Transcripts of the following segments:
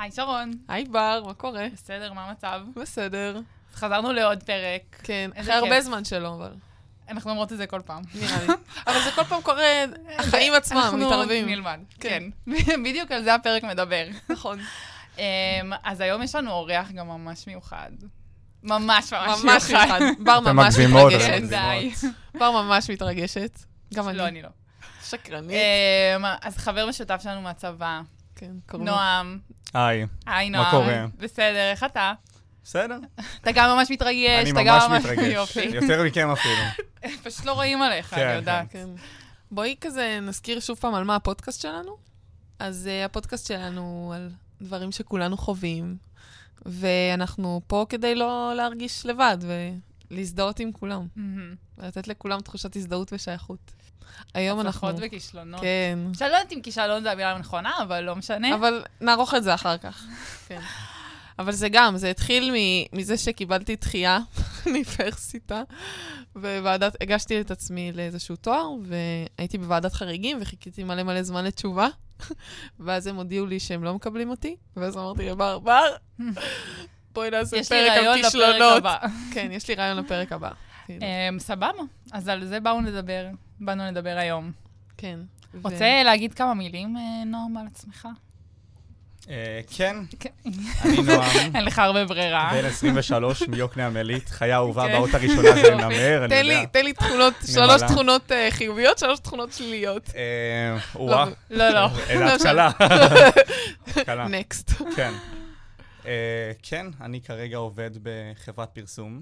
היי שרון. היי בר, מה קורה? בסדר, מה המצב? בסדר. חזרנו לעוד פרק. כן, איזה אחרי הרבה כיף. זמן שלא, אבל אנחנו אומרות את זה כל פעם. נראה לי. אבל זה כל פעם קורה, החיים עצמם מתערבים. אנחנו נלמד, כן. כן. בדיוק על זה הפרק מדבר. נכון. אז היום יש לנו אורח גם ממש מיוחד. ממש ממש מיוחד. מיוחד. בר אתם ממש מגזימות, מתרגשת. אתם די. בר ממש מתרגשת. גם אני. לא, אני לא. שקרנית. אז חבר משותף שלנו מהצבא, כן, קוראים לו. נועם. היי, היי נועם. קורה? בסדר, איך אתה? בסדר? אתה גם ממש מתרגש, אני אתה גם ממש מתרגש. יופי. יותר מכם אפילו. פשוט לא רואים עליך, כן, אני יודעת. כן. בואי כזה נזכיר שוב פעם על מה הפודקאסט שלנו. אז הפודקאסט שלנו על דברים שכולנו חווים, ואנחנו פה כדי לא להרגיש לבד ולהזדהות עם כולם, ולתת לכולם תחושת הזדהות ושייכות. היום אנחנו... הצלחות וכישלונות. כן. שאני לא יודעת אם כישלון זה המילה הנכונה, אבל לא משנה. אבל נערוך את זה אחר כך. כן. אבל זה גם, זה התחיל מזה שקיבלתי דחייה מאוניברסיטה, הגשתי את עצמי לאיזשהו תואר, והייתי בוועדת חריגים, וחיכיתי מלא זמן לתשובה, ואז הם הודיעו לי שהם לא מקבלים אותי, ואז אמרתי לבר, בואי נעשה יש לי פרק על רעיון לפרק כישלונות. הבא. כן, יש לי רעיון לפרק הבא. סבבה, אז על זה באנו לדבר היום. כן. רוצה להגיד כמה מילים, נועם, על עצמך? כן, אני נועם, אין לך הרבה ברירה. בן 23 מיוקנעם עילית, חיה אהובה, כן. באות הראשונה זה נמר, אני יודע. תן לי תכונות, 3 תכונות חיוביות, 3 תכונות שליליות. וואה, לא. התחלה. התחלה. נקסט. כן. כן, אני כרגע עובד בחברת פרסום.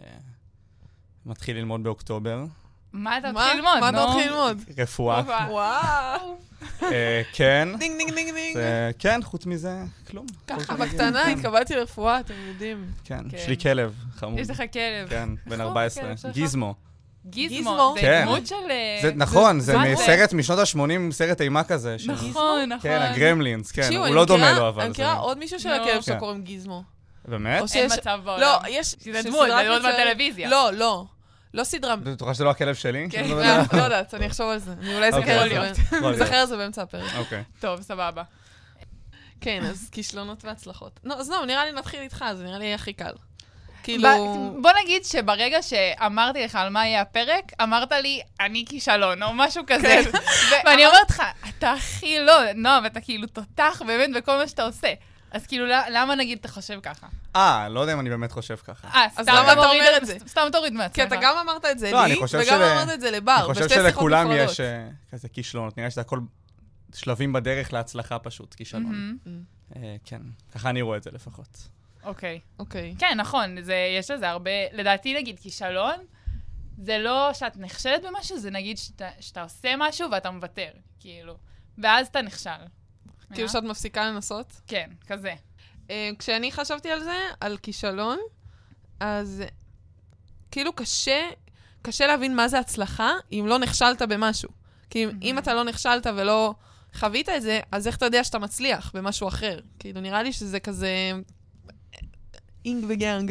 מתחיל ללמוד באוקטובר. מה אתה מתחיל ללמוד? מה אתה מתחיל ללמוד? רפואה. וואו. כן. דינג, דינג, דינג, דינג. כן, חוץ מזה, כלום. ככה, בקטנה התקבלתי לרפואה, אתם יודעים. כן, כן. יש לי כלב חמוד. יש לך כלב. כן, בן נכון, 14. כלב שלך. גיזמו. גיזמו. זה כן. דמות של... זה נכון, זה מה זה? מסרט משנות ה-80, סרט אימה כזה. נכון. כן, הגרמלינס, כן. תקשיבו, הוא לא דומה לו, אבל אני מכירה עוד מישהו לא. שלכלב שלו כן. קוראים גיזמו. באמת? או אין שיש- מצב בעולם. לא, יש... שזה שסדרת דמות, זה דמות מצוירת- בטלוויזיה. לא סדרה. את בטוחה שזה לא הכלב שלי? כן, לא יודעת, אני אחשוב על זה. אני אולי אוקיי. אזכר על יכול זה. יכול להיות. אזכר על זה באמצע הפרק. אוקיי. טוב, סבבה. כן, אז כישלונות והצלחות. אז לא, נראה לי נתחיל איתך, זה נראה לי הכי קל. כאילו... בוא נגיד שברגע שאמרתי לך על מה יהיה הפרק, אמרת לי, אני כישלון, או משהו כזה. ואני אומרת לך, אתה הכי לא, נועם, אתה כאילו תותח באמת בכל מה שאתה עושה. אז כאילו, למה נגיד אתה חושב ככה? לא יודע אם אני באמת חושב ככה. אז למה אתה אומר את זה? סתם תוריד מעצמך. כי אתה גם אמרת את זה לא, אני לי, חושב וגם אמרת את זה לבר, אני בשתי חושב שיחות שלכולם נפרדות. יש כזה כישלונות. נראה שזה הכל שלבים בדרך להצלחה פשוט, כישלון. כן, ככה אני רואה את זה לפחות. אוקיי. אוקיי. כן, נכון, יש לזה הרבה, לדעתי נגיד כישלון, זה לא שאת נכשלת במשהו, זה נגיד שאתה עושה משהו ואתה מוותר, כאילו. ואז אתה נכשל. כאילו שאת מפסיקה לנסות? כן, כזה. כשאני חשבתי על זה, על כישלון, אז כאילו קשה להבין מה זה הצלחה אם לא נכשלת במשהו. כי אם אתה לא נכשלת ולא חווית את זה, אז איך אתה יודע שאתה מצליח במשהו אחר? כאילו נראה לי שזה כזה אינג וגאנג.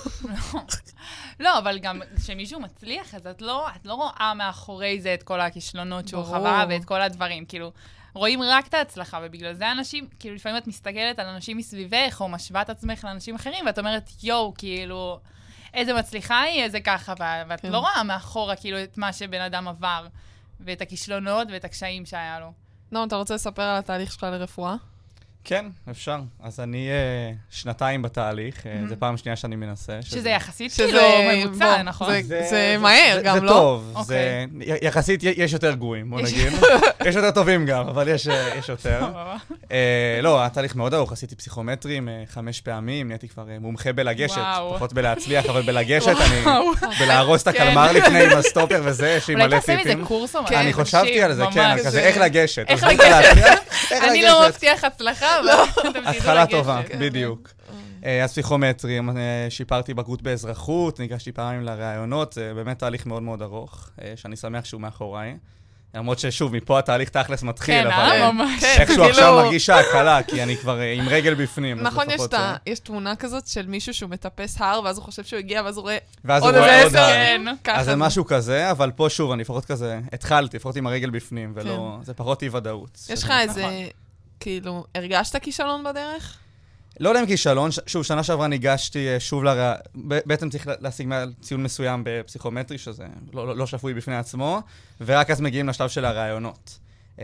לא, אבל גם כשמישהו מצליח, אז את לא רואה מאחורי זה את כל הכישלונות שהוא ברור. חווה ואת כל הדברים. כאילו, רואים רק את ההצלחה, ובגלל זה אנשים, כאילו לפעמים את מסתכלת על אנשים מסביבך, או משווה את עצמך לאנשים אחרים, ואת אומרת, יואו, כאילו, איזה מצליחה היא, איזה ככה, ואת כן. לא רואה מאחורה, כאילו, את מה שבן אדם עבר, ואת הכישלונות ואת הקשיים שהיה לו. נועם, אתה רוצה לספר על התהליך שלך לרפואה? כן, אפשר. אז אני 2 בתהליך, זה פעם שנייה שאני מנסה. שזה יחסית שזה- כאילו ממוצע, בוא, נכון? זה מהר, גם זה לא? טוב, אוקיי. זה יחסית יש יותר גרועים, בוא נגיד. יש יותר טובים גם, אבל יש יותר. לא, התהליך מאוד ארוך, עשיתי פסיכומטרים 5 פעמים, נהייתי כבר מומחה בלגשת, וואו. פחות בלהצליח, אבל בלגשת, אני וואו. בלהרוס את כן. הקלמר לפני עם הסטופר וזה, יש לי אולי מלא תעשה מזה טיפים. קורס או משהו. אני חשבתי על זה, ממש. כן, על כזה איך לגשת. איך עזבי את הלהצליח, איך אני לא לגשת. מבטיח הצלחה, אבל אתם תדעו התחלה לגשת. טובה, כן. בדיוק. אז פסיכומטרים, שיפרתי בגרות באזרחות, ניגשתי פעמים לראיונות, זה באמת תהליך מאוד מאוד ארוך, שאני שמח שהוא מאחוריי. למרות ששוב, מפה התהליך תכלס מתחיל, כן, אבל ממש. איכשהו עכשיו מרגיש ההקלה, כי אני כבר עם רגל בפנים. אז נכון, לפחות יש תמונה כזאת של מישהו שהוא מטפס הר, ואז הוא חושב שהוא הגיע, ואז הוא רואה ואז עוד הוא רואה איזה עוד 10 הר. שנים. ככה אז זה משהו כזה, אבל פה שוב, אני לפחות כזה, התחלתי, לפחות עם הרגל בפנים, ולא, זה פחות אי ודאות. יש לך איזה, כאילו, הרגשת כישלון בדרך? לא יודע אם כישלון, שוב, שנה שעברה ניגשתי שוב בעצם צריך להשיג מעל ציון מסוים בפסיכומטרי, שזה לא שפוי בפני עצמו, ורק אז מגיעים לשלב של הרעיונות.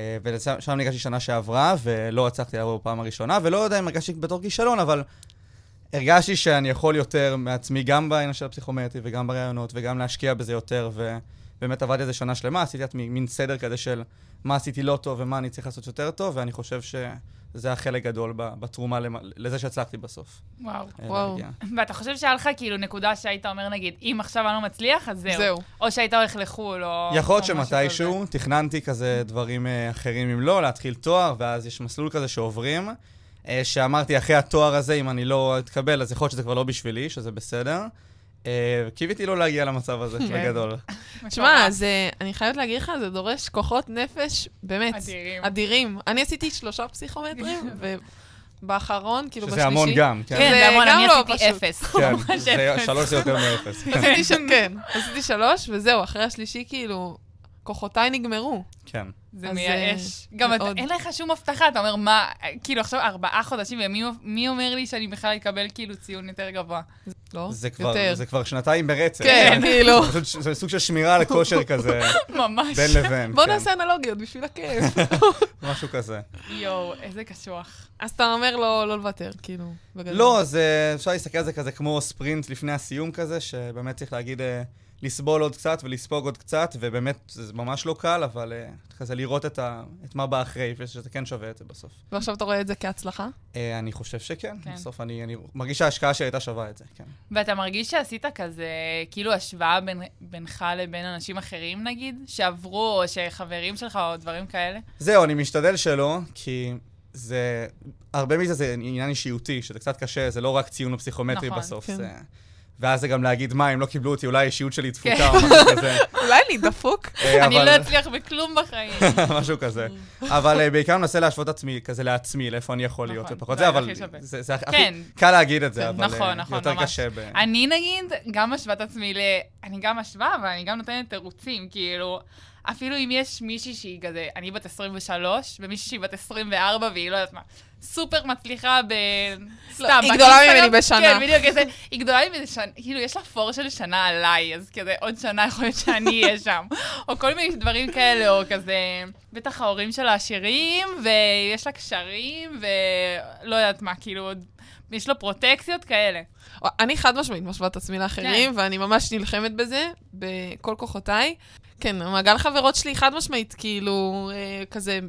ושם ניגשתי שנה שעברה, ולא הצלחתי לעבור בפעם הראשונה, ולא יודע אם הרגשתי בתור כישלון, אבל הרגשתי שאני יכול יותר מעצמי, גם בעניין של הפסיכומטרי, וגם ברעיונות, וגם להשקיע בזה יותר, ובאמת עבדתי איזה שנה שלמה, עשיתי את מין סדר כזה של מה עשיתי לא טוב, ומה אני צריך לעשות יותר טוב, ואני חושב זה החלק גדול בתרומה לזה שהצלחתי בסוף. וואו. ואתה חושב שהיה לך כאילו נקודה שהיית אומר, נגיד, אם עכשיו אני לא מצליח, אז זהו. או שהיית הולך לחול, או... יכול להיות שמתישהו תכננתי כזה דברים אחרים אם לא, להתחיל תואר, ואז יש מסלול כזה שעוברים, שאמרתי אחרי התואר הזה, אם אני לא אתקבל, אז יכול להיות שזה כבר לא בשבילי, שזה בסדר. קיוויתי לא להגיע למצב הזה, בגדול. תשמע, אני חייבת להגיד לך, זה דורש כוחות נפש, באמת, אדירים. אני עשיתי 3 פסיכומטרים, ובאחרון, כאילו בשלישי... שזה המון גם, כן. כן, זה המון, אני עשיתי 0. כן, 3 זה יותר מ-0. כן, עשיתי 3, וזהו, אחרי השלישי, כאילו, כוחותיי נגמרו. כן. זה מייאש. גם אין לך שום הבטחה, אתה אומר, מה, כאילו עכשיו 4 חודשים, ומי אומר לי שאני בכלל אקבל כאילו ציון יותר גבוה? לא, זה כבר 2 ברצף. כן, כאילו. זה סוג של שמירה על הכושר כזה. ממש. בין לבין. בוא נעשה אנלוגיות בשביל הכיף. משהו כזה. יואו, איזה קשוח. אז אתה אומר לא לוותר, כאילו, בגדול. לא, אז אפשר להסתכל על זה כזה כמו ספרינט לפני הסיום כזה, שבאמת צריך להגיד... לסבול עוד קצת ולספוג עוד קצת, ובאמת זה ממש לא קל, אבל כזה לראות את מה בא אחרי, ושזה כן שווה את זה בסוף. ועכשיו אתה רואה את זה כהצלחה? אני חושב שכן. בסוף אני מרגיש שההשקעה שהייתה שווה את זה, כן. ואתה מרגיש שעשית כזה, כאילו השוואה בינך לבין אנשים אחרים, נגיד, שעברו, או שחברים שלך, או דברים כאלה? זהו, אני משתדל שלא, כי זה... הרבה מזה זה עניין אישיותי, שזה קצת קשה, זה לא רק ציון הפסיכומטרי בסוף. ואז זה גם להגיד, מה, אם לא קיבלו אותי, אולי האישיות שלי דפוקה או משהו כזה. אולי אני דפוק. אני לא אצליח בכלום בחיים. משהו כזה. אבל בעיקר מנסה להשוות עצמי, כזה לעצמי, לאיפה אני יכול להיות ופחות זה, אבל זה הכי קל להגיד את זה, אבל יותר קשה. אני נגיד, גם משוואת עצמי אני גם משווה, אבל אני גם נותנת תירוצים, כאילו... אפילו אם יש מישהי שהיא כזה, אני בת 23, ומישהי שהיא בת 24, והיא לא יודעת מה, סופר מצליחה סתם. היא גדולה ממני בשנה. כן, בדיוק כזה, היא גדולה ממני בשנה, כאילו, יש לה פור של שנה עליי, אז כזה, עוד שנה יכול להיות שאני אהיה שם. או כל מיני דברים כאלה, או כזה, בטח ההורים שלה עשירים, ויש לה קשרים, ולא יודעת מה, כאילו, יש לו פרוטקציות כאלה. אני חד משמעית משוואת עצמי לאחרים, ואני ממש נלחמת בזה, בכל כוחותיי. כן, המעגל חברות שלי חד משמעית, כאילו, כזה,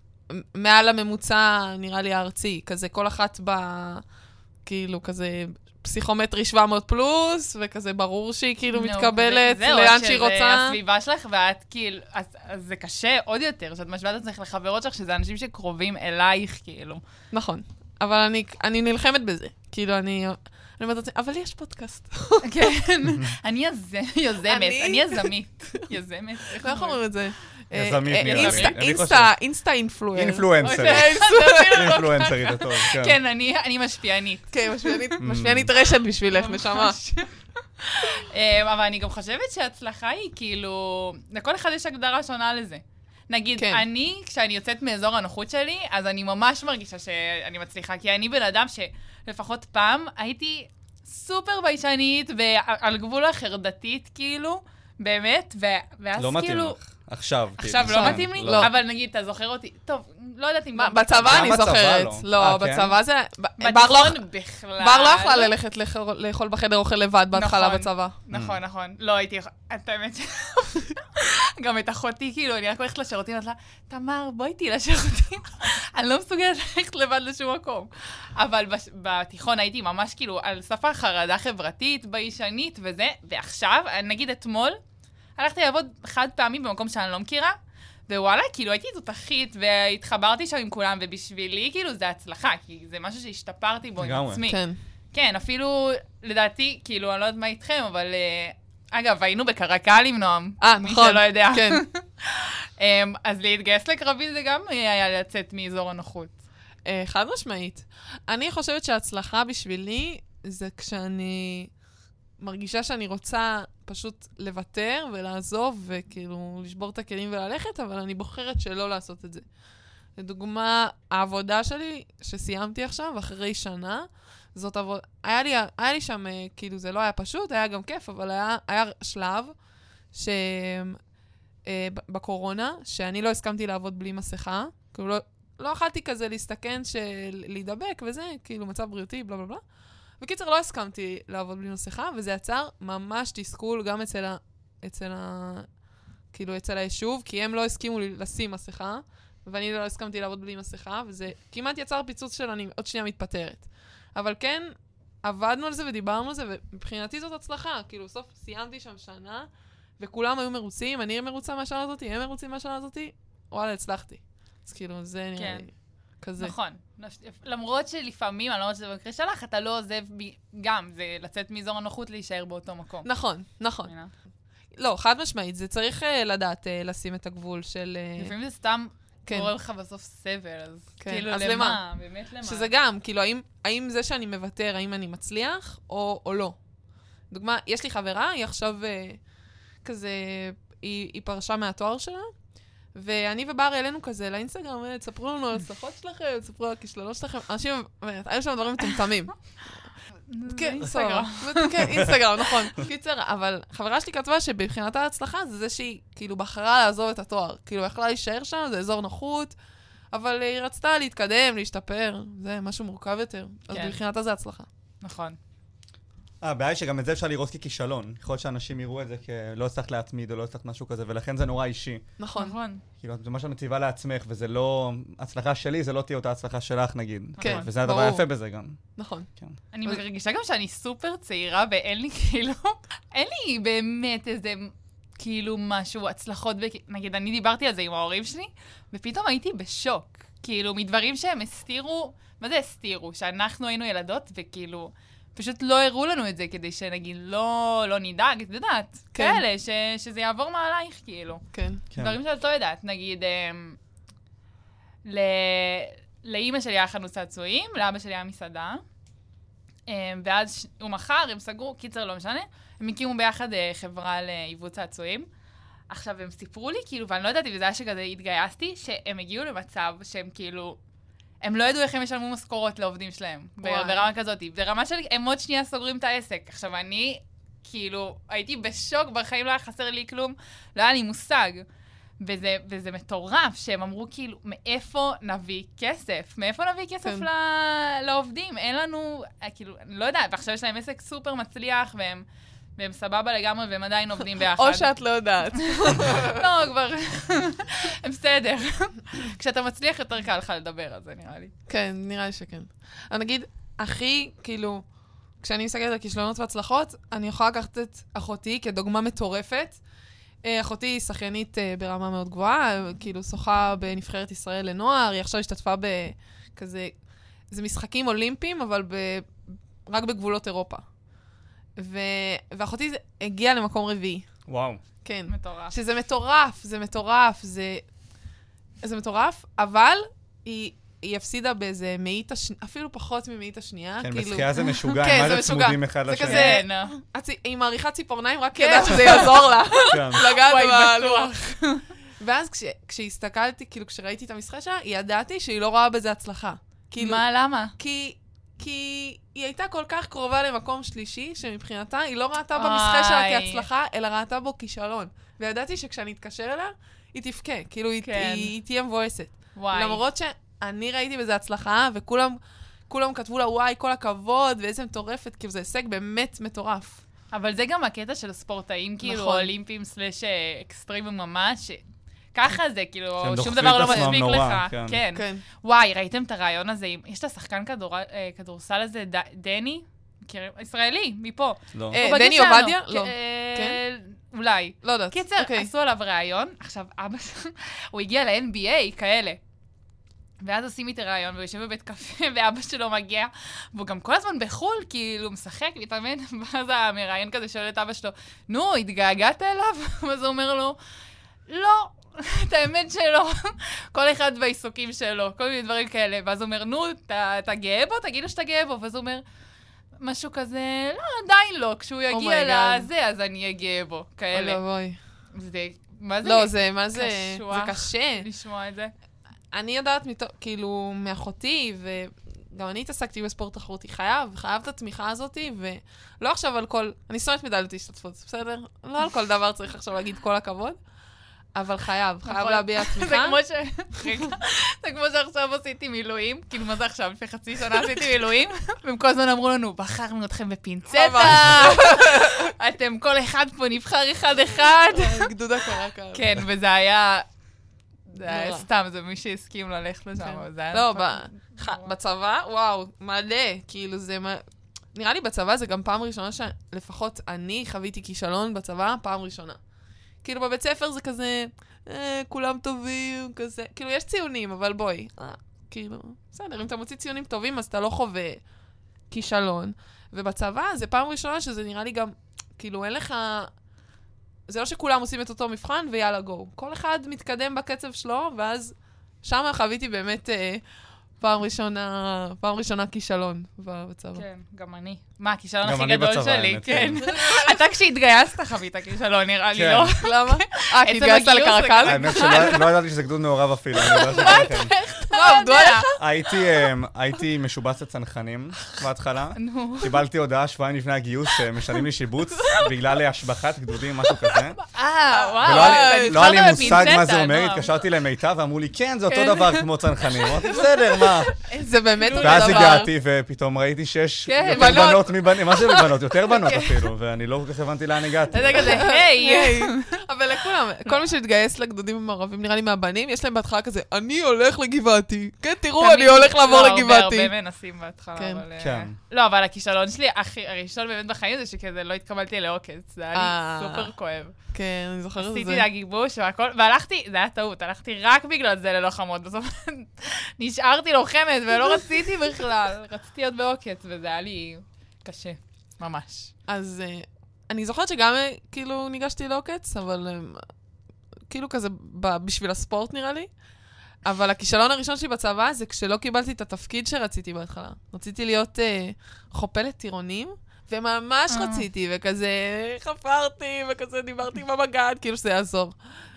מעל הממוצע, נראה לי הארצי, כזה, כל אחת כאילו, כזה, פסיכומטרי 700 פלוס, וכזה ברור שהיא כאילו מתקבלת לאן שהיא רוצה. זהו, הסביבה שלך, ואת כאילו, אז זה קשה עוד יותר, שאת משוואת את עצמך לחברות שלך, שזה אנשים שקרובים אלייך, כאילו. נכון, אבל אני נלחמת בזה, כאילו, אני אומרת, אבל יש פודקאסט. כן, אני יוזמת, אני יזמית. יזמת. איך אומרים את זה? יזמית, אינסטה אינפלואנס. אינפלואנסרית. אינפלואנסרית, זה טוב, כן. כן, אני משפיענית. כן, משפיענית רשת בשבילך, נשמה. אבל אני גם חושבת שההצלחה היא כאילו, לכל אחד יש הגדרה שונה לזה. נגיד, אני, כשאני יוצאת מאזור הנוחות שלי, אז אני ממש מרגישה שאני מצליחה, כי אני בן אדם שלפחות פעם הייתי סופר ביישנית ועל גבול החרדתית, כאילו, באמת, ואז לא כאילו... מתאים לך. עכשיו לא מתאים לי? לא. אבל נגיד, אתה זוכר אותי, טוב, לא יודעת אם... בצבא אני זוכרת. לא, בצבא זה... בתיכון בכלל. בר לא יכלה ללכת לאכול בחדר אוכל לבד בהתחלה בצבא. נכון. לא הייתי... את האמת ש... גם את אחותי, כאילו, אני רק הולכת לשירותים, ואתה, תמר, בואי איתי לשירותים. אני לא מסוגלת ללכת לבד לשום מקום. אבל בתיכון הייתי ממש כאילו על סף החרדה חברתית, ביישנית וזה, ועכשיו, נגיד אתמול, הלכתי לעבוד חד פעמי במקום שאני לא מכירה, ווואלה, כאילו הייתי תותחית, והתחברתי שם עם כולם, ובשבילי, כאילו, זה הצלחה, כי זה משהו שהשתפרתי בו עם עצמי. כן. כן, אפילו, לדעתי, כאילו, אני לא יודעת מה איתכם, אבל, אגב, היינו בקרקל עם נועם. נכון. מי שלא יודע. כן. אז להתגייס לקרבי זה גם היה לצאת מאזור הנוחות. חד משמעית. אני חושבת שההצלחה בשבילי, זה כשאני מרגישה שאני רוצה פשוט לוותר ולעזוב, וכאילו לשבור את הכלים וללכת, אבל אני בוחרת שלא לעשות את זה. לדוגמה, העבודה שלי, שסיימתי עכשיו, אחרי שנה, זאת עבודה, היה לי שם, כאילו זה לא היה פשוט, היה גם כיף, אבל היה שלב בקורונה, שאני לא הסכמתי לעבוד בלי מסכה, כאילו לא יכלתי כזה להסתכן להידבק וזה, כאילו מצב בריאותי, בלה בלה בלה. בקיצר, לא הסכמתי לעבוד בלי מסכה, וזה יצר ממש תסכול גם כאילו אצל היישוב, כי הם לא הסכימו לשים מסכה, ואני לא הסכמתי לעבוד בלי מסכה, וזה כמעט יצר פיצוץ של אני עוד שנייה מתפטרת. אבל כן, עבדנו על זה ודיברנו על זה, ומבחינתי זאת הצלחה. כאילו, סוף סיימתי שם שנה, וכולם היו מרוצים, אני מרוצה מהשנה הזאת, הם מרוצים מהשנה הזאת, וואלה, הצלחתי. אז כאילו, זה נראה לי כזה. נכון. למרות שלפעמים, אני לא אומרת שזה במקרה שלך, אתה לא עוזב גם, זה לצאת מאזור הנוחות להישאר באותו מקום. נכון, נכון. לא, חד משמעית, זה צריך לדעת לשים את הגבול של... לפעמים זה סתם קורה לך בסוף סבל, אז כאילו למה? באמת למה? שזה גם, כאילו, האם זה שאני מוותר, האם אני מצליח או לא? דוגמה, יש לי חברה, היא עכשיו כזה, היא פרשה מהתואר שלה, ואני ובר העלינו כזה לאינסטגרם, תספרו לנו על הצלחות שלכם, תספרו על הכישלונות שלכם. אנשים, היו שם דברים מטומטמים. כן, אינסטגרם. כן, אינסטגרם, נכון. קיצר, אבל חברה שלי כתבה שבבחינת ההצלחה זה זה שהיא כאילו בחרה לעזוב את התואר. כאילו, יכלה להישאר שם, זה אזור נוחות, אבל היא רצתה להתקדם, להשתפר, זה משהו מורכב יותר. אז בבחינתה זה הצלחה. נכון. הבעיה היא שגם את זה אפשר לראות ככישלון. יכול להיות שאנשים יראו את זה כלא הצלחת להתמיד או לא הצלחת משהו כזה, ולכן זה נורא אישי. נכון. כאילו, זה מה שאת מציבה לעצמך, וזה לא... הצלחה שלי, זה לא תהיה אותה הצלחה שלך, נגיד. כן, וזה הדבר היפה בזה גם. נכון. אני מרגישה גם שאני סופר צעירה, ואין לי כאילו... אין לי באמת איזה... כאילו משהו, הצלחות, נגיד, אני דיברתי על זה עם ההורים שלי, ופתאום הייתי בשוק. כאילו, מדברים שהם הסתירו... מה זה הסתירו? שאנחנו היינו ילדות, וכאילו... פשוט לא הראו לנו את זה, כדי שנגיד לא נדאג, את יודעת, כאלה, שזה יעבור מעלייך, כאילו. כן. דברים שאת לא יודעת, נגיד, לאמא שלי היה חנות צעצועים, לאבא שלי היה מסעדה, ואז הוא מכר, הם סגרו, קיצר לא משנה, הם הקימו ביחד חברה לעיבוד צעצועים. עכשיו, הם סיפרו לי, כאילו, ואני לא ידעתי, וזה היה שכזה התגייסתי, שהם הגיעו למצב שהם כאילו... הם לא ידעו איך הם ישלמו משכורות לעובדים שלהם, ברמה כזאת. ברמה של, הם עוד שנייה סוגרים את העסק. עכשיו, אני, כאילו, הייתי בשוק, בחיים לא היה חסר לי כלום, לא היה לי מושג. וזה מטורף, שהם אמרו, כאילו, מאיפה נביא כסף? מאיפה נביא כסף לעובדים? אין לנו, כאילו, אני לא יודעת, ועכשיו יש להם עסק סופר מצליח, והם סבבה לגמרי, והם עדיין עובדים ביחד. או שאת לא יודעת. לא, כבר... הם בסדר. כשאתה מצליח, יותר קל לך לדבר על זה, נראה לי. כן, נראה לי שכן. אני נגיד, הכי, כאילו, כשאני מסתכלת על כישלונות והצלחות, אני יכולה לקחת את אחותי כדוגמה מטורפת. אחותי היא שחיינית ברמה מאוד גבוהה, כאילו, שוחה בנבחרת ישראל לנוער, היא עכשיו השתתפה בכזה... זה משחקים אולימפיים, אבל רק בגבולות אירופה. ואחותי הגיעה למקום רביעי. וואו. כן. מטורף. שזה מטורף, זה מטורף, אבל היא הפסידה באיזה מאית השנייה, אפילו פחות ממאית השנייה. כן, כאילו... בשחייה זה משוגע, מה זה צמודים אחד לשני. זה כזה, היא מעריכה ציפורניים רק כדעת שזה יעזור לה. לגעת בלוח. ואז כשהסתכלתי, כאילו כשראיתי את המשחק שלה, ידעתי שהיא לא רואה בזה הצלחה. מה, למה? כי היא הייתה כל כך קרובה למקום שלישי, שמבחינתה היא לא ראתה במשחק שלה כהצלחה, אלא ראתה בו כישלון. וידעתי שכשאני אתקשר אליה, היא תפקה, כאילו היא תהיה מבואסת. למרות שאני ראיתי בזה הצלחה, וכולם כתבו לה, וואי, כל הכבוד, ואיזה מטורפת, כאילו זה הישג באמת מטורף. אבל זה גם הקטע של הספורטאים, כאילו אולימפיים סלש אקסטרימים ממש, ככה זה, כאילו, שום דבר לא מספיק לך. כן. וואי, ראיתם את הרעיון הזה? יש את השחקן כדורסל הזה, דני? ישראלי, מפה. לא. דני עובדיה? לא. אולי. לא יודעת. קיצר, עשו עליו רעיון. עכשיו, אבא, הוא הגיע ל-NBA, כאלה. ואז עושים איתי רעיון, והוא יושב בבית קפה, ואבא שלו מגיע, והוא גם כל הזמן בחול, כאילו, משחק, מתאמן, ואז המראיין כזה שואל את אבא שלו, נו, התגעגעת אליו? ואז הוא אומר לו, לא. את האמת שלו, כל אחד בעיסוקים שלו, כל מיני דברים כאלה, ואז הוא אומר, נו, אתה גאה בו? תגיד לו שאתה גאה בו, ואז הוא אומר, משהו כזה, לא, עדיין לא, כשהוא יגיע לזה, אז אני אהיה גאה בו, כאלה. אוי, זה, מה זה? לא, זה, מה זה? זה קשה. לשמוע את זה. אני יודעת כאילו מאחותי, וגם אני התעסקתי בספורט תחרותי, חייב את התמיכה הזאת, ולא עכשיו על כל, אני שונאת מדליות השתתפות, בסדר? לא על כל דבר צריך עכשיו להגיד כל הכבוד, אבל חייב להביע תמיכה. זה כמו שעכשיו עשיתי מילואים, כאילו מה זה עכשיו? לפני חצי שנה עשיתי מילואים, והם כל הזמן אמרו לנו, בחרנו אתכם בפינצטה, אתם כל אחד פה נבחר אחד. גדוד הקרקע. כן, וזה היה... זה היה סתם, זה מי שהסכים ללכת לשם. לא, בצבא, וואו, מלא, כאילו זה... נראה לי בצבא זה גם פעם ראשונה שלפחות אני חוויתי כישלון בצבא, פעם ראשונה. כאילו בבית ספר זה כזה, כולם טובים, כזה, כאילו יש ציונים, אבל בואי, כאילו, בסדר, אם אתה מוציא ציונים טובים, אז אתה לא חווה כישלון. ובצבא זה פעם ראשונה שזה נראה לי גם, כאילו אין לך, זה לא שכולם עושים את אותו מבחן ויאללה גו. כל אחד מתקדם בקצב שלו, ואז שם חוויתי באמת פעם ראשונה כישלון בצבא. כן, גם אני. מה, הכישלון הכי גדול שלי, כן. אתה כשהתגייסת חווית כישלון, נראה לי, לא? למה? כי התגייסת לקרקל? האמת שלא ידעתי שזה גדוד מעורב אפילו. מה, עבדו עליך? הייתי משובץ לצנחנים בהתחלה. קיבלתי הודעה שבועיים לפני הגיוס שמשנים לי שיבוץ בגלל השבחת גדודים, משהו כזה. וואו. לא היה לי מושג מה זה אומר, התקשרתי למיטב ואמרו לי, כן, זה אותו דבר כמו צנחנים. אמרתי, בסדר, מה? זה באמת אותו דבר. ואז הגעתי ופתאום ראיתי שיש יותר בנות מבנים, מה זה בנות? יותר בנות אפילו, ואני לא כל כך הבנתי לאן הגעתי. זה כזה, היי. אבל לכולם, כל מי שהתגייס לגדודים המערבים, נראה לי מהבנים, יש להם בהתחלה כזה, אני הולך לגבעתי. כן, תראו, אני הולך לעבור לגבעתי. הרבה מנסים בהתחלה, אבל... לא, אבל הכישלון שלי, הראשון באמת בחיים זה שכזה לא התקבלתי לעוקץ. זה היה לי סופר כואב. כן, אני זוכרת את זה. עשיתי להגיבוש והכל, והלכתי, זה היה טעות, הלכתי רק בגלל זה ללוחמות. בסוף נשארתי לוחמת ולא רציתי בכלל. רציתי להיות בעוקץ, וזה היה לי קשה, ממש. אז אני זוכרת שגם כאילו ניגשתי לעוקץ, אבל כאילו כזה בשביל הספורט נראה לי. אבל הכישלון הראשון שלי בצבא זה כשלא קיבלתי את התפקיד שרציתי בהתחלה. רציתי להיות חופלת טירונים, וממש רציתי, וכזה חפרתי, וכזה דיברתי עם המגד, כאילו שזה יעזור.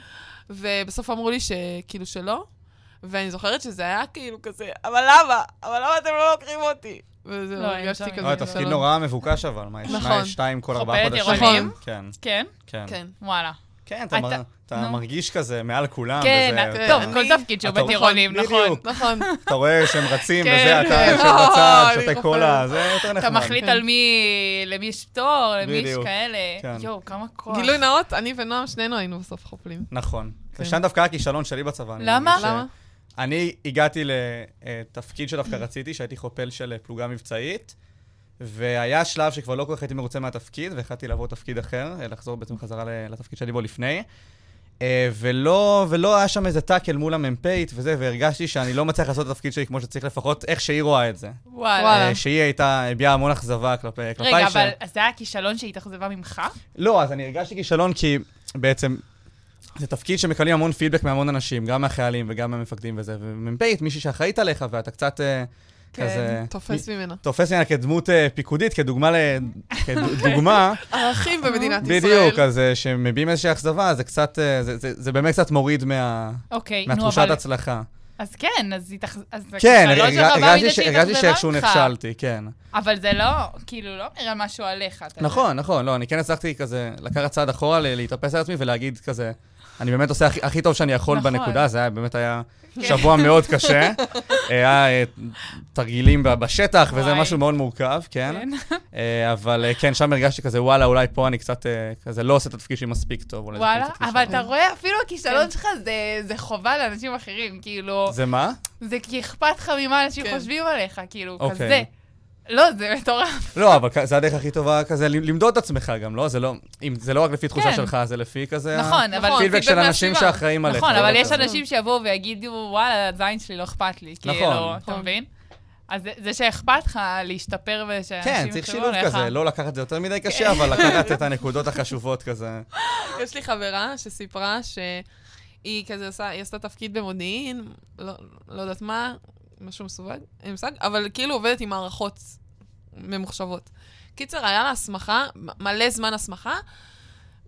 ובסוף אמרו לי שכאילו שלא, ואני זוכרת שזה היה כאילו כזה, אבל למה? אבל למה אתם לא לוקחים אותי? וזה לא הרגשתי כזה. תפקיד נורא מבוקש אבל, מה, יש 2 כל 4 חודשים. חופלת טירונים? כן. כן. וואלה. כן, אתה מרגיש כזה מעל כולם. כן, טוב, כל תפקיד שהוא בטירונים, נכון. אתה רואה שהם רצים וזה, אתה יושב בצד, שותה קולה, זה יותר נחמד. אתה מחליט על למי יש פטור, למי יש כאלה. יואו, כמה כוח. גילוי נאות, אני ונועם שנינו היינו בסוף חופלים. נכון. ושם דווקא הכישלון שלי בצבא. למה? אני הגעתי לתפקיד שדווקא רציתי, שהייתי חופל של פלוגה מבצעית, והיה שלב שכבר לא כל כך הייתי מרוצה מהתפקיד, והחלטתי לעבור תפקיד אחר, לחזור בעצם חזרה לתפקיד שלי בו לפני. ולא היה שם איזה טאקל מול הממפית וזה, והרגשתי שאני לא מצליח לעשות את התפקיד שלי כמו שצריך, לפחות איך שהיא רואה את זה. וואלה. שהיא הייתה, הביעה המון אכזבה כלפי רגע, אבל זה היה כישלון שהיא התאכזבה ממך? לא, אז אני הרגשתי כישלון כי בעצם זה תפקיד שמקבלים המון פידבק מהמון אנשים, גם מהחיילים וגם מהמפקדים וזה, וממפית, מישהי שאחראית עליך ואתה קצת... כן, תופס ממנה. תופס ממנה כדמות פיקודית, כדוגמה ערכים במדינת ישראל. בדיוק, אז שמביאים איזושהי אכזבה, זה קצת, זה באמת קצת מוריד מהתחושת הצלחה. אז כן, אז כן, הרגשתי שאיכשהו נכשלתי, כן. אבל זה לא, כאילו, לא נראה משהו עליך. נכון, לא, אני כן הצלחתי כזה, לקחת צעד אחורה, להתאפס על עצמי ולהגיד כזה, אני באמת עושה הכי טוב שאני יכול בנקודה, זה באמת היה שבוע מאוד קשה. היה תרגילים בשטח, וזה משהו מאוד מורכב, כן. אבל כן, שם הרגשתי כזה, וואלה, אולי פה אני קצת כזה לא עושה את התפקיד שלי מספיק טוב. וואלה, אבל אתה רואה, אפילו הכישלון שלך זה חובה לאנשים אחרים, כאילו... זה מה? זה כי אכפת לך ממה אנשים חושבים עליך, כאילו, כזה. לא, זה מטורף. לא, אבל זה הדרך הכי טובה כזה, למדוד את עצמך גם, לא? זה לא רק לפי תחושה שלך, זה לפי כזה... נכון, אבל... פידבק של אנשים שאחראים עליך. נכון, אבל יש אנשים שיבואו ויגידו, וואלה, הזין שלי לא אכפת לי. כאילו, אתה מבין? אז זה שאכפת לך להשתפר ושאנשים כן, צריך שילוב כזה, לא לקחת את זה יותר מדי קשה, אבל לקחת את הנקודות החשובות כזה. יש לי חברה שסיפרה שהיא כזה היא עשתה תפקיד במודיעין, לא יודעת מה, משהו מסווג, אין מושג, אבל כאילו עובדת עם מערכות ממוחשבות. קיצר, היה לה הסמכה, מלא זמן הסמכה,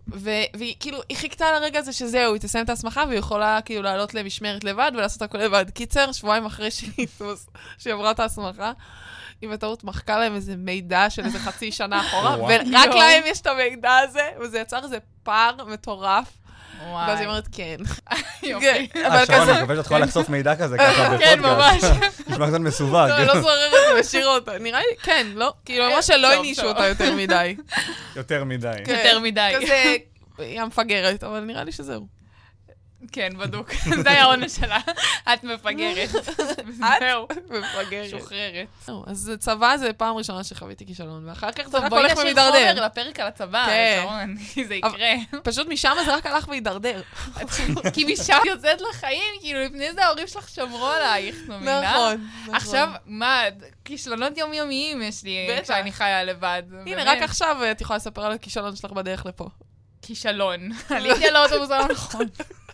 והיא כאילו, היא חיכתה לרגע הזה שזהו, היא תסיים את ההסמכה, והיא יכולה כאילו לעלות למשמרת לבד ולעשות הכל לבד. קיצר, שבועיים אחרי שהיא עברה את ההסמכה, היא בטעות מחקה להם איזה מידע של איזה חצי שנה אחורה, ורק להם יש את המידע הזה, וזה יצר איזה פער מטורף. ואז היא אומרת, כן. יופי. שרון, אני מקווה שאת יכולה לחשוף מידע כזה ככה בפודקאסט. כן, ממש. נשמע קצת מסווג. לא זוררת והשאירה אותה. נראה לי, כן, לא? כאילו, ממש שלא הנישו אותה יותר מדי. יותר מדי. יותר מדי. כזה, היא המפגרת, אבל נראה לי שזהו. כן, בדוק. זה היה העונש שלה. את מפגרת. זהו. מפגרת. שוחררת. אז צבא זה פעם ראשונה שחוויתי כישלון, ואחר כך זה רק בואי הולך נשאיר ומידרדר. חומר לפרק על הצבא, שרון, זה יקרה. פשוט משם זה רק הלך וידרדר. כי משם יוצאת לחיים, כאילו לפני זה ההורים שלך שמרו עלייך, מבינה? נכון. עכשיו, מה, כישלונות יומיומיים יש לי כשאני חיה לבד. הנה, רק עכשיו את יכולה לספר על הכישלון שלך בדרך לפה. כישלון. עליתי על האוטובוס הנכון.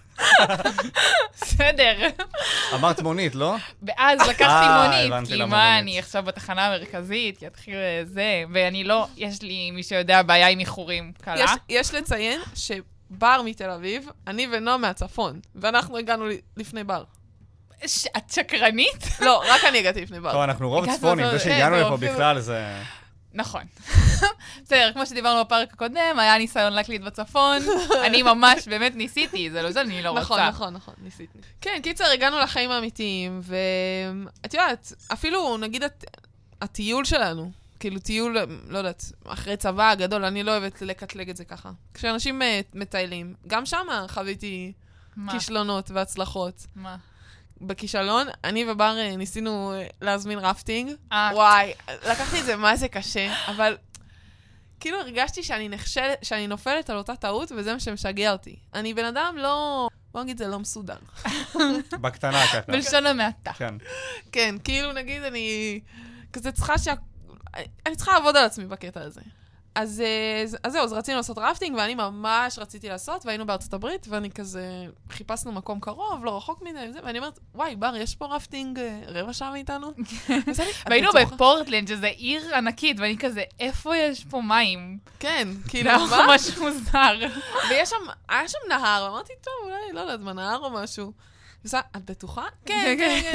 בסדר. אמרת מונית, לא? ואז לקחתי מונית, הבנתי כי למה מה, מונית. אני עכשיו בתחנה המרכזית, יתחיל זה, ואני לא, יש לי, מי שיודע, בעיה עם איחורים קלה. יש לציין שבר מתל אביב, אני ונועם מהצפון, ואנחנו הגענו לפני בר. את שקרנית? לא, רק אני הגעתי לפני בר. טוב, אנחנו רוב הגעת צפונים, באותו- זה שהגענו כן, לפה טוב, בכלל זה... נכון. בסדר, כמו שדיברנו בפרק הקודם, היה ניסיון להקליט בצפון, אני ממש באמת ניסיתי, זה לא שאני לא רוצה. נכון, ניסיתי. כן, קיצר, הגענו לחיים האמיתיים, ואת יודעת, אפילו נגיד הטיול שלנו, כאילו טיול, לא יודעת, אחרי צבא הגדול, אני לא אוהבת לקטלג את זה ככה. כשאנשים מטיילים, גם שם חוויתי כישלונות והצלחות. מה? בכישלון, אני ובר ניסינו להזמין רפטינג. וואי, לקחתי את זה מה זה קשה, אבל כאילו הרגשתי שאני נופלת על אותה טעות, וזה מה שמשגע אותי. אני בן אדם לא... בוא נגיד, זה לא מסודר. בקטנה ככה. בלשון המעטה. כן. כן, כאילו נגיד אני כזה צריכה אני צריכה לעבוד על עצמי בקטע הזה. אז זהו, אז רצינו לעשות רפטינג, ואני ממש רציתי לעשות, והיינו בארצות הברית, ואני כזה, חיפשנו מקום קרוב, לא רחוק מדי, ואני אומרת, וואי, בר, יש פה רפטינג רבע שעה מאיתנו? והיינו בפורטלנד, שזה עיר ענקית, ואני כזה, איפה יש פה מים? כן, כאילו, זה מה? ממש מוזר. היה שם נהר, ואמרתי, טוב, אולי, לא יודעת, נהר או משהו. את בטוחה? כן.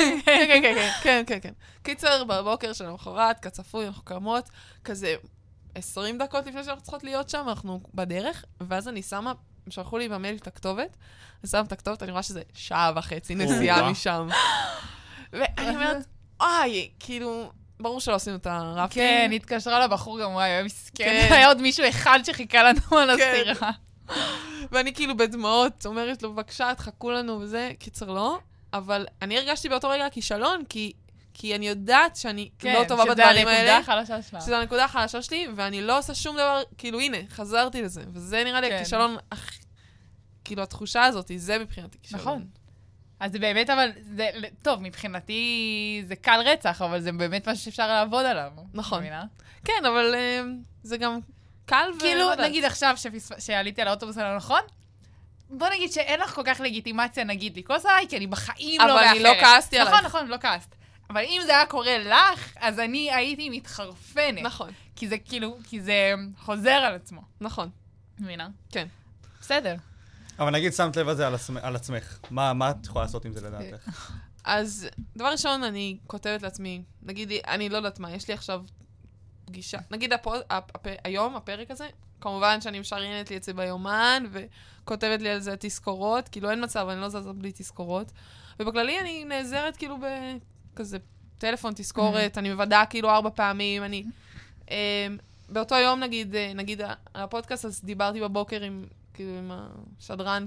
קיצר, בבוקר של המחרת, כצפוי, אנחנו קמות, כזה 20 דקות לפני שאנחנו צריכות להיות שם, אנחנו בדרך, ואז אני שמה, שלחו לי במייל את הכתובת, אני שמה את הכתובת, אני רואה שזה 1.5 שעה נסיעה משם. ואני אומרת, אוי, כאילו, ברור שלא עשינו את הרפטינג. כן, התקשרה לבחור גם, וואי, היה מסכן. היה עוד מישהו אחד שחיכה לנו על הסירה. ואני כאילו בדמעות אומרת לו, בבקשה, תחכו לנו וזה, קיצר לא, אבל אני הרגשתי באותו רגע כישלון, כי אני יודעת שאני לא טובה בדברים האלה. שזה הנקודה החלשה שלה. שזה הנקודה החלשה שלי, ואני לא עושה שום דבר, כאילו הנה, חזרתי לזה, וזה נראה לי הכישלון, כאילו התחושה הזאת, זה מבחינתי כישלון. נכון. אז זה באמת, אבל, טוב, מבחינתי זה קל רצח, אבל זה באמת משהו שאפשר לעבוד עליו. נכון. כן, אבל זה גם קל כאילו, נגיד עכשיו שעליתי על האוטובוס הלא נכון, בוא נגיד שאין לך כל כך לגיטימציה, נגיד, לכעוס עליי, כי אני בחיים לא מאחרת. אבל אני לא כעסתי עלייך. נכון, לא כעסת. אבל אם זה היה קורה לך, אז אני הייתי מתחרפנת. נכון. כי זה כאילו, כי זה חוזר על עצמו. נכון. מבינה? כן. בסדר. אבל נגיד, שמת לב על זה על עצמך. מה את יכולה לעשות עם זה לדעתך? אז דבר ראשון, אני כותבת לעצמי, נגיד, אני לא יודעת מה, יש לי עכשיו פגישה, נגיד היום, הפרק הזה, כמובן שאני משריינת לי את זה ביומן, וכותבת לי על זה תזכורות, כאילו אין מצב, אני לא זזה בלי תזכורות. ובכללי אני נעזרת כאילו בכזה טלפון תזכורת, אני מוודאה כאילו 4 פעמים, אני... באותו יום נגיד על הפודקאסט, אז דיברתי בבוקר עם השדרן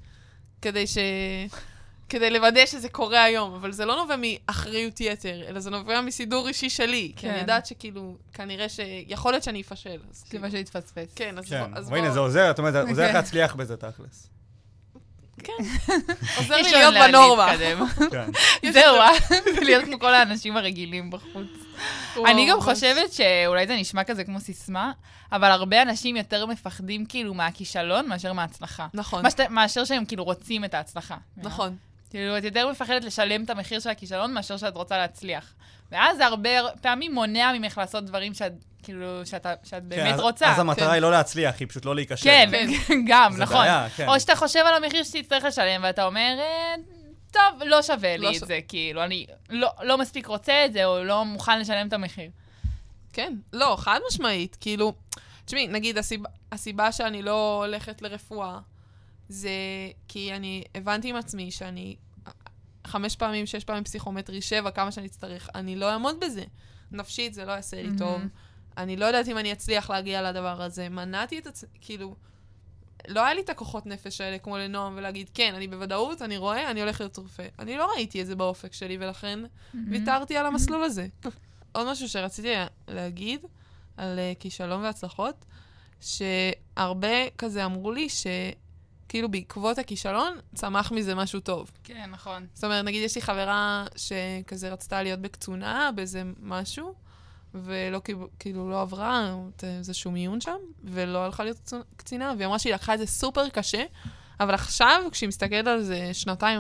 כדי לוודא שזה קורה היום, אבל זה לא נובע מאחריות יתר, אלא זה נובע מסידור אישי שלי, כי אני יודעת שכאילו, כנראה שיכול להיות שאני אפשל. זה מה שהתפספס. כן, אז והנה, זה עוזר, את אומרת, עוזר לך להצליח בזה תכלס. כן. עוזר לי להיות בנורמה. זהו, להיות כמו כל האנשים הרגילים בחוץ. אני גם חושבת שאולי זה נשמע כזה כמו סיסמה, אבל הרבה אנשים יותר מפחדים כאילו מהכישלון מאשר מההצלחה. נכון. מאשר שהם כאילו רוצים את ההצלחה. נכון. כאילו, את יותר מפחדת לשלם את המחיר של הכישלון מאשר שאת רוצה להצליח. ואז זה הרבה פעמים מונע ממך לעשות דברים שאת כאילו, שאת באמת רוצה. אז המטרה היא לא להצליח, היא פשוט לא להיכשל. כן, גם, נכון. זה בעיה, כן. או שאתה חושב על המחיר שתצטרך לשלם, ואתה אומר, טוב, לא שווה לי את זה, כאילו, אני לא מספיק רוצה את זה, או לא מוכן לשלם את המחיר. כן, לא, חד משמעית, כאילו, תשמעי, נגיד, הסיבה שאני לא הולכת לרפואה, זה כי אני הבנתי עם עצמי שאני 5 פעמים, 6 פעמים פסיכומטרי, 7, כמה שאני אצטרך, אני לא אעמוד בזה. נפשית זה לא יעשה לי טוב. אני לא יודעת אם אני אצליח להגיע לדבר הזה. מנעתי את עצמי, כאילו, לא היה לי את הכוחות נפש האלה כמו לנועם ולהגיד, כן, אני בוודאות, אני רואה, אני הולך להיות רופא. אני לא ראיתי את זה באופק שלי, ולכן ויתרתי על המסלול הזה. עוד משהו שרציתי להגיד על כישלון והצלחות, שהרבה כזה אמרו לי שכאילו בעקבות הכישלון צמח מזה משהו טוב. כן, נכון. זאת אומרת, נגיד יש לי חברה שכזה רצתה להיות בקצונה, באיזה משהו, ולא כאילו לא עברה איזשהו מיון שם, ולא הלכה להיות קצינה, והיא אמרה שהיא לקחה את זה סופר קשה, אבל עכשיו, כשהיא מסתכלת על זה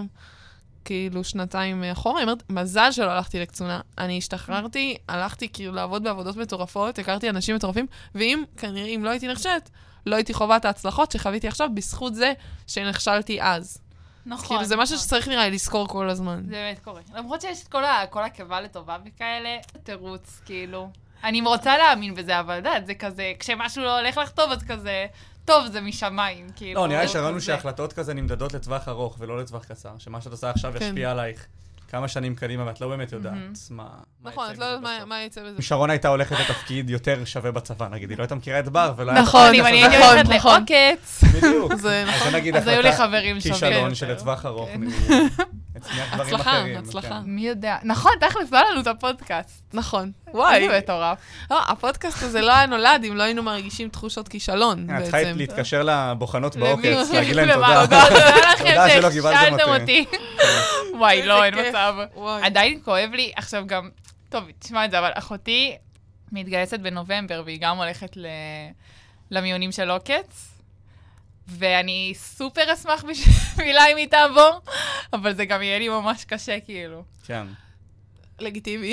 שנתיים אחורה, היא אומרת, מזל שלא הלכתי לקצונה. אני השתחררתי, הלכתי כאילו לעבוד בעבודות מטורפות, הכרתי אנשים מטורפים, ואם, כנראה, אם לא הייתי נחשבת, לא הייתי חובה את ההצלחות שחוויתי עכשיו, בזכות זה שנכשלתי אז. נכון. כאילו, זה משהו שצריך נראה לי לזכור כל הזמן. זה באמת קורה. למרות שיש את כל הקרבה לטובה וכאלה, תירוץ, כאילו. אני רוצה להאמין בזה, אבל דעת, זה כזה, כשמשהו לא הולך לך טוב, אז כזה, טוב, זה משמיים, כאילו. לא, נראה לי שראינו שההחלטות כזה נמדדות לטווח ארוך ולא לטווח קצר, שמה שאת עושה עכשיו ישפיע עלייך כמה שנים קדימה, ואת לא באמת יודעת מה... נכון, את לא יודעת מה יצא בזה. שרון הייתה הולכת לתפקיד יותר שווה בצבא, נגיד, היא לא הייתה מכירה את בר, ולא היה... נכון, אם אני הייתי הולכת לעוקץ. בדיוק. זה נכון. אז היו לי חברים שווה. כישלון של לטווח ארוך. הצליח דברים אחרים. הצלחה. מי יודע. נכון, תכלס, לא לנו את הפודקאסט. נכון. וואי. זה מטורף. לא, הפודקאסט הזה לא היה נולד אם לא היינו מרגישים תחושות כישלון, בעצם. את צריכה להתקשר לבוחנות בעוקץ, להגיד להם תודה. תודה. תודה שלא קיבלתם ששאלתם אותי. וואי, לא, אין מצב. וואי. עדיין כואב לי, עכשיו גם, טוב, תשמע את זה, אבל אחותי מתגייסת בנובמבר, והיא גם הולכת למיונים של עוקץ, ואני סופר אשמח בשבילה אם היא תעבור, אבל זה גם יהיה לי ממש קשה, כאילו. כן. לגיטימי.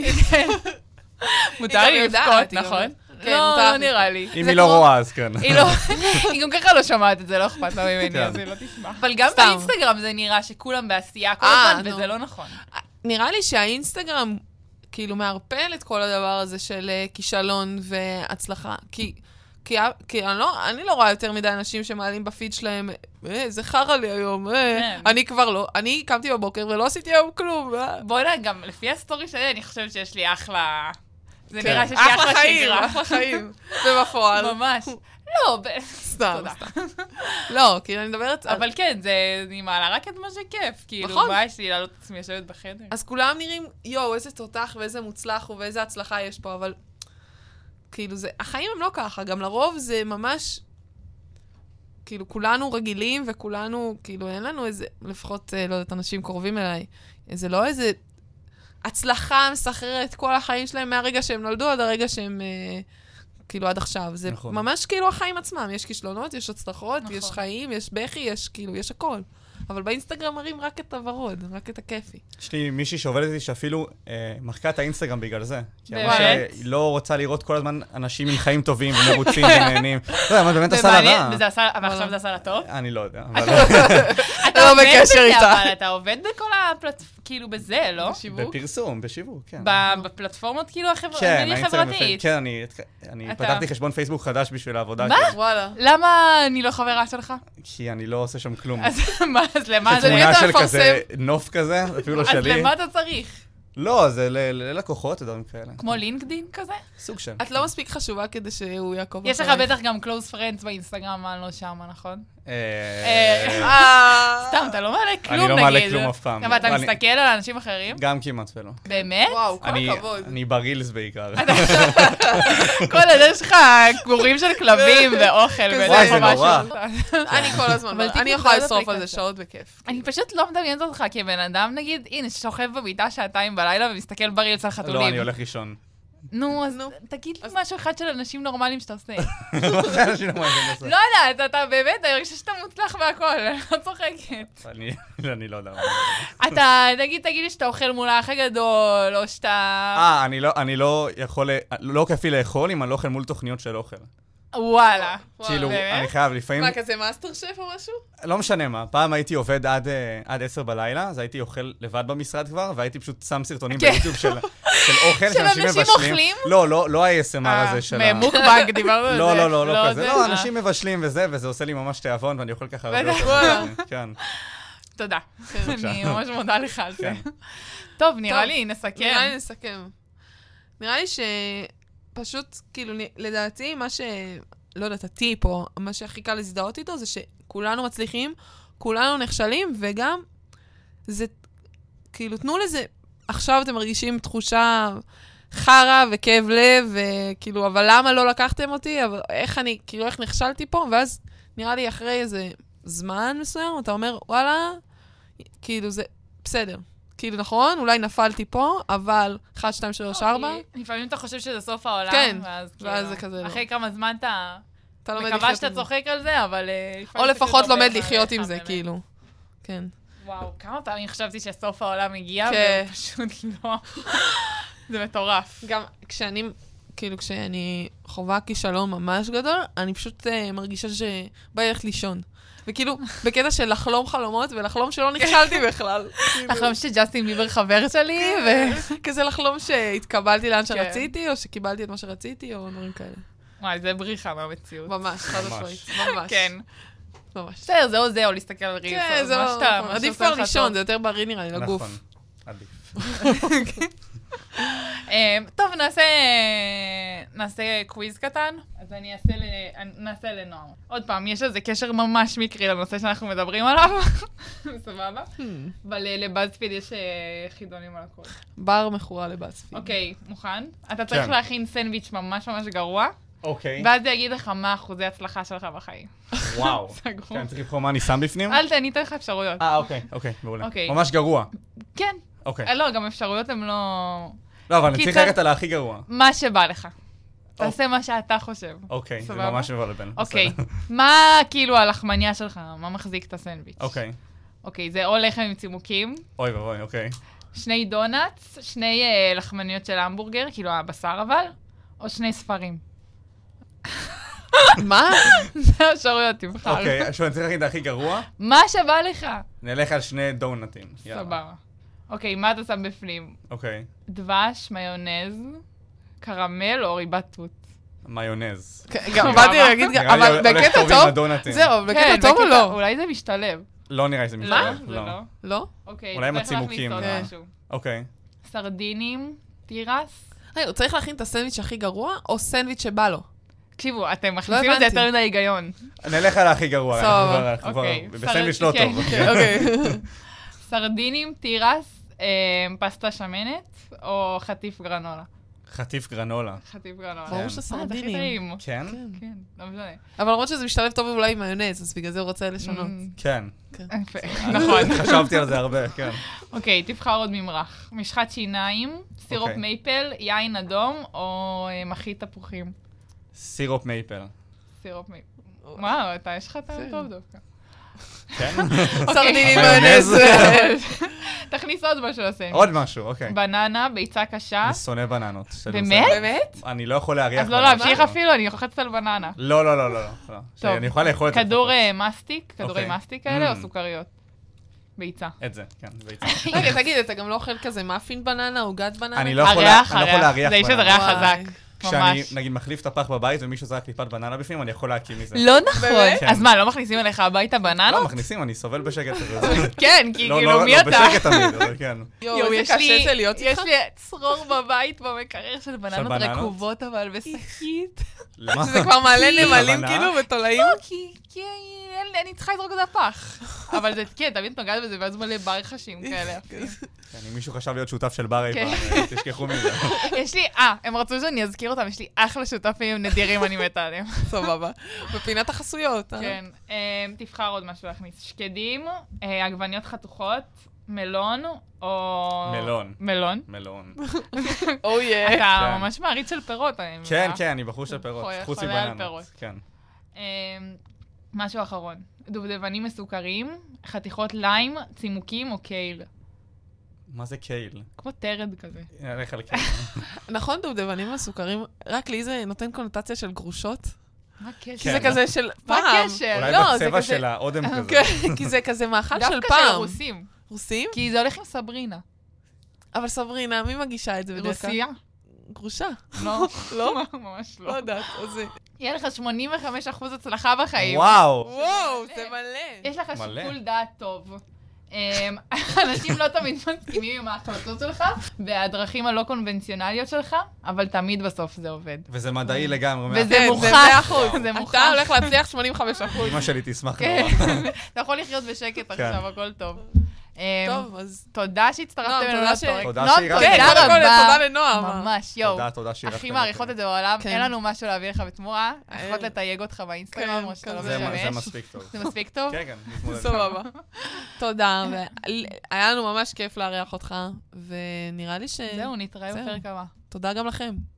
מותר לי לבכות, נכון? לא נראה לי. אם היא לא רואה, אז כן. היא גם ככה לא שומעת את זה, לא אכפת לה ממני, אז היא לא תשמע. אבל גם באינסטגרם זה נראה שכולם בעשייה כל הזמן, וזה לא נכון. נראה לי שהאינסטגרם כאילו מערפל את כל הדבר הזה של כישלון והצלחה. כי אני לא רואה יותר מדי אנשים שמעלים בפיד שלהם, זה חרא לי היום, אני כבר לא. אני קמתי בבוקר ולא עשיתי היום כלום. בואי נראה, גם לפי הסטורי שלי, אני חושבת שיש לי אחלה... זה נראה שיש לי אחלה שגרה. אחלה חיים. ובפועל. ממש. לא, סתם. לא, כאילו אני מדברת... אבל כן, אני מעלה רק את מה שכיף. כאילו, מה יש לי לעלות את עצמי לשבת בחדר? אז כולם נראים, יואו, איזה תותח ואיזה מוצלח ואיזה הצלחה יש פה, אבל... כאילו זה, החיים הם לא ככה, גם לרוב זה ממש, כאילו כולנו רגילים וכולנו, כאילו אין לנו איזה, לפחות, לא יודעת, אנשים קרובים אליי, זה לא איזה הצלחה מסחררת כל החיים שלהם מהרגע שהם נולדו עד הרגע שהם, כאילו עד עכשיו. זה נכון. ממש כאילו החיים עצמם, יש כישלונות, יש הצלחות, נכון. יש חיים, יש בכי, יש כאילו, יש הכל. אבל באינסטגרם מראים רק את הוורוד, רק את הכיפי. יש לי מישהי שעובדת איתי שאפילו מחקה את האינסטגרם בגלל זה. כי באמת? אמרה שהיא לא רוצה לראות כל הזמן אנשים עם חיים טובים ומרוצים ונהנים. לא, אבל באמת עשה לה רע. אבל עכשיו זה עשה לה טוב? אני לא יודע. אתה לא עובד בקשר בזה, איתה. אבל אתה עובד בכל כאילו בזה, לא? בפרסום, בשיווק, כן. בפלטפורמות כאילו כן, החברתית. כן, אני פתחתי חשבון פייסבוק חדש בשביל העבודה. מה? וואלה. למה אני לא חברה שלך? כי אני לא עושה שם כלום. אז מה, אז למה זה תמונה אתה של מפרסם? כזה נוף כזה, אפילו לא אז שלי. למה אתה צריך? לא, זה ללקוחות, דברים כאלה. כמו לינקדין כזה? סוג של. את לא מספיק חשובה כדי שהוא יעקוב יש לך אחרייך. בטח גם close friends באינסטגרם, אני לא שמה, נכון? אה, סתם, אתה לא מעלה כלום, אני נגיד. לא מעלה כלום אף פעם. אבל אתה אני- מסתכל על אנשים אחרים? גם כמעט ולא. באמת? וואו, כל הכבוד. אני ברילס בעיקר. כל הזה שלך גורים של כלבים ואוכל. כזה. וואי, זה ממש נורא. אני כל הזמן, אבל אני תיקחו יכולה עוד לשרוף על זה אפליקציה. שעות בכיף. אני פשוט לא מדמיינת אותך כבן אדם, נגיד, הנה, שוכב במיטה שעתיים בלילה ומסתכל ברילס על חתולים. לא, אני הולך לישון. נו, אז תגיד לי משהו אחד של אנשים נורמליים שאתה עושה. מה זה אנשים נורמליים שאני עושה? לא יודעת, אתה באמת, אני חושבת שאתה מוצלח בהכל, אני לא צוחקת. אני לא יודע. אתה, תגיד לי שאתה אוכל מול האח הגדול, או שאתה... אני לא יכול, לא כיף לי לאכול אם אני לא אוכל מול תוכניות של אוכל. וואלה. כאילו, אני חייב לפעמים... מה, כזה מאסטר שף או משהו? לא משנה מה, פעם הייתי עובד עד 10 בלילה, אז הייתי אוכל לבד במשרד כבר, והייתי פשוט שם סרטונים ביוטיוב של אוכל, של אנשים אוכלים? לא ה-ASMR הזה של ה... מוקבג, דיברנו על זה. לא כזה. לא, אנשים מבשלים וזה עושה לי ממש תיאבון, ואני אוכל ככה הרבה יותר. כן. תודה. אני ממש מודה לך על זה. טוב, נראה לי נסכם. נראה לי שפשוט, כאילו, לדעתי, מה לא יודעת, הטיפ, או מה שהכי קל להזדהות איתו, זה שכולנו מצליחים, כולנו נכשלים, וגם זה, כאילו, תנו לזה, עכשיו אתם מרגישים תחושה חרה וכאב לב, וכאילו, אבל למה לא לקחתם אותי? אבל איך נכשלתי פה? ואז נראה לי אחרי איזה זמן מסוים, אתה אומר, וואלה, כאילו, זה בסדר. כאילו, נכון, אולי נפלתי פה, אבל 1, 2, 3, 4. לפעמים אתה חושב שזה סוף העולם, כן, ואז זה כזה לא. אחרי כמה זמן אתה לומד מקווה שאתה צוחק על זה, אבל... או לפחות לומד לחיות עם זה, כאילו. כן. וואו, כמה פעמים חשבתי שסוף העולם הגיע, כן. ופשוט לא. זה מטורף. גם כשאני חווה כישלון ממש גדול, אני פשוט מרגישה שבא ללכת לישון. וכאילו, בקטע של לחלום חלומות, ולחלום שלא נכשלתי בכלל. לחלום שג'סטין ביבר חבר שלי, כזה לחלום שהתקבלתי לאן שרציתי, או שקיבלתי את מה שרציתי, או דברים כאלה. וואי, זה בריחה מהמציאות. ממש, חד משמעית. ממש. כן. ממש. בסדר, זה או זה, או להסתכל על רילס. כן, זה לא... עדיף כבר לישון, זה יותר בריא נראה לי, לגוף. נכון, עדיף. טוב, נעשה קוויז קטן. אז אני נעשה לנועם. עוד פעם, יש לזה קשר ממש מקרי לנושא שאנחנו מדברים עליו. סבבה? אבל לבאזפיד יש חידונים על הכל. בר מכורה לבאזפיד. אוקיי, מוכן? אתה צריך להכין סנדוויץ' ממש ממש גרוע. אוקיי. ואז זה יגיד לך מה אחוזי הצלחה שלך בחיים. וואו. כן, צריך לבחור מה אני שם בפנים? אני אתן לך אפשרויות. אוקיי, מעולה. ממש גרוע. כן. אוקיי. לא, גם אפשרויות הן לא... לא, אבל אני צריך ללכת על הכי גרוע. מה שבא לך. תעשה מה שאתה חושב. אוקיי, זה ממש מבוא לבן. אוקיי. מה כאילו הלחמניה שלך? מה מחזיק את הסנדוויץ'? אוקיי. אוקיי, זה או לחם עם צימוקים. אוי ואוי, אוקיי. 2 דונטס, 2 לחמניות של המבורגר, כאילו הבשר אבל, או 2 ספרים. מה? זה אפשרויות, תבחר. אוקיי, עכשיו אני צריך להגיד את הכי גרוע. מה שבא לך. נלך על 2 דונטים. סבבה. אוקיי, מה אתה שם בפנים? אוקיי. דבש, מיונז, קרמל או ריבת תות? מיונז. גם באתי להגיד, אבל בקטע טוב, זהו, בקטע טוב או לא? אולי זה משתלב. לא נראה לי זה משתלב. מה? זה לא? לא? אוקיי, אולי עם צריך להכניס הצימוקים. עוד משהו. אוקיי. סרדינים, תירס. הוא צריך להכין את הסנדוויץ' הכי גרוע, או סנדוויץ' שבא לו? תקשיבו, אתם מכניסים את זה יותר מדי היגיון. נלך על הכי גרוע. אוקיי. בסנדוויץ' לא טוב. אוקיי. סרדינים, תירס, פסטה שמנת, או חטיף גרנולה. חטיף גרנולה. חטיף גרנולה. ברור שסרדינים. כן? כן, לא משנה. אבל למרות שזה משתלב טוב אולי עם מיונז, אז בגלל זה הוא רוצה לשנות. כן. נכון. חשבתי על זה הרבה, כן. אוקיי, תבחר עוד ממרח. משחת שיניים, סירופ מייפל, יין אדום, או מחית תפוחים. סירופ מייפל. סירופ מייפל. וואו, יש לך טעם טוב דווקא. כן? סרדינים מיונז. תכניס עוד משהו לסנדוויץ'. עוד משהו, אוקיי. בננה, ביצה קשה. אני שונא בננות. באמת? באמת? אני לא יכול להריח. אז לא להמשיך אפילו, אני לוחצת על בננה. לא. טוב. אני יכול לאכול את זה. כדור מסטיק, כדורי מסטיק כאלה, או סוכריות? ביצה. את זה, כן, ביצה. רגע, תגיד, אתה גם לא אוכל כזה מאפין בננה, עוגת בננה? אני לא יכול להריח בננה. זה יש איזה ריח חזק. כשאני, נגיד, מחליף את הפח בבית ומישהו זרק קליפת בננה בפנים, אני יכול להקים מזה. לא נכון. אז מה, לא מכניסים אליך הביתה בננות? לא, מכניסים, אני סובל בשקט. כן, כי כאילו מי אתה? לא בשקט תמיד, אבל כן. יואו, איזה קשה זה להיות איתך. יש לי צרור בבית במקרר של בננות רקובות, אבל בשקית. זה כבר מעלה נמלים כאילו ותולעים? לא, כי אני צריכה לזרוק את הפח. אבל זה, כן, תמיד נוגעת בזה, ואז מלא ברחשים כאלה. אם מישהו חשב להיות שותף של בר אי פעם, תשכחו מזה. יש לי, הם רצו שאני אזכיר אותם, יש לי אחלה שותפים נדירים, אני מתה עליהם. סבבה. בפינת החסויות. כן. תבחר עוד משהו להכניס. שקדים, עגבניות חתוכות, מלון או... מלון. מלון. אוי, אתה ממש מעריץ של פירות, אני מבינה. כן, אני בחור של פירות. חוץ חולה על מבננות. כן. משהו אחרון. דובדבנים מסוכרים, חתיכות ליים, צימוקים או קייל. מה זה קייל? כמו תרד כזה. נלך על קייל. נכון, דובדבנים מסוכרים, רק לי זה נותן קונוטציה של גרושות. מה הקשר? כי זה כזה של מה פעם. הקשר? אולי לא, בצבע זה של האודם כזה. כן, כי זה כזה מאכל של דווקא פעם. של הרוסים. רוסים? כי זה הולך עם סברינה. אבל סברינה, מי מגישה את זה בדרך כלל? רוסיה? גרושה. לא. לא? ממש לא לא. יודעת, אז זה... יהיה לך 85% הצלחה בחיים. וואו! וואו, זה מלא. יש לך מלא. שיקול דעת טוב. אנשים לא תמיד מסכימים עם ההחלטות שלך, והדרכים הלא קונבנציונליות שלך, אבל תמיד בסוף זה עובד. וזה מדעי לגמרי. וזה כן, מוכח. זה 100%. זה מוכח. אתה הולך להצליח 85%. אמא שלי תשמח כן. נורא. אתה יכול לחיות בשקט עכשיו, הכל טוב. טוב, אז... תודה שהצטרפת נועם, אלינו תודה לפרק. תודה נועם, שהירחת. כן, תודה קודם כל, רבה. תודה לנועם. ממש, יואו. תודה שאירחתם. הכי מעריכות את זה בעולם, כן. אין לנו משהו להביא לך בתמורה, אה. יכולת לתייג אותך באינסטגרם, כן, או שאתה לא כזה. זה משתמש. מספיק טוב. זה מספיק טוב? כן, כן. נתמודד. סבבה. תודה, היה לנו ממש כיף לארח אותך, ונראה לי ש... זהו, נתראה זהו. בפרק הבא. תודה גם לכם.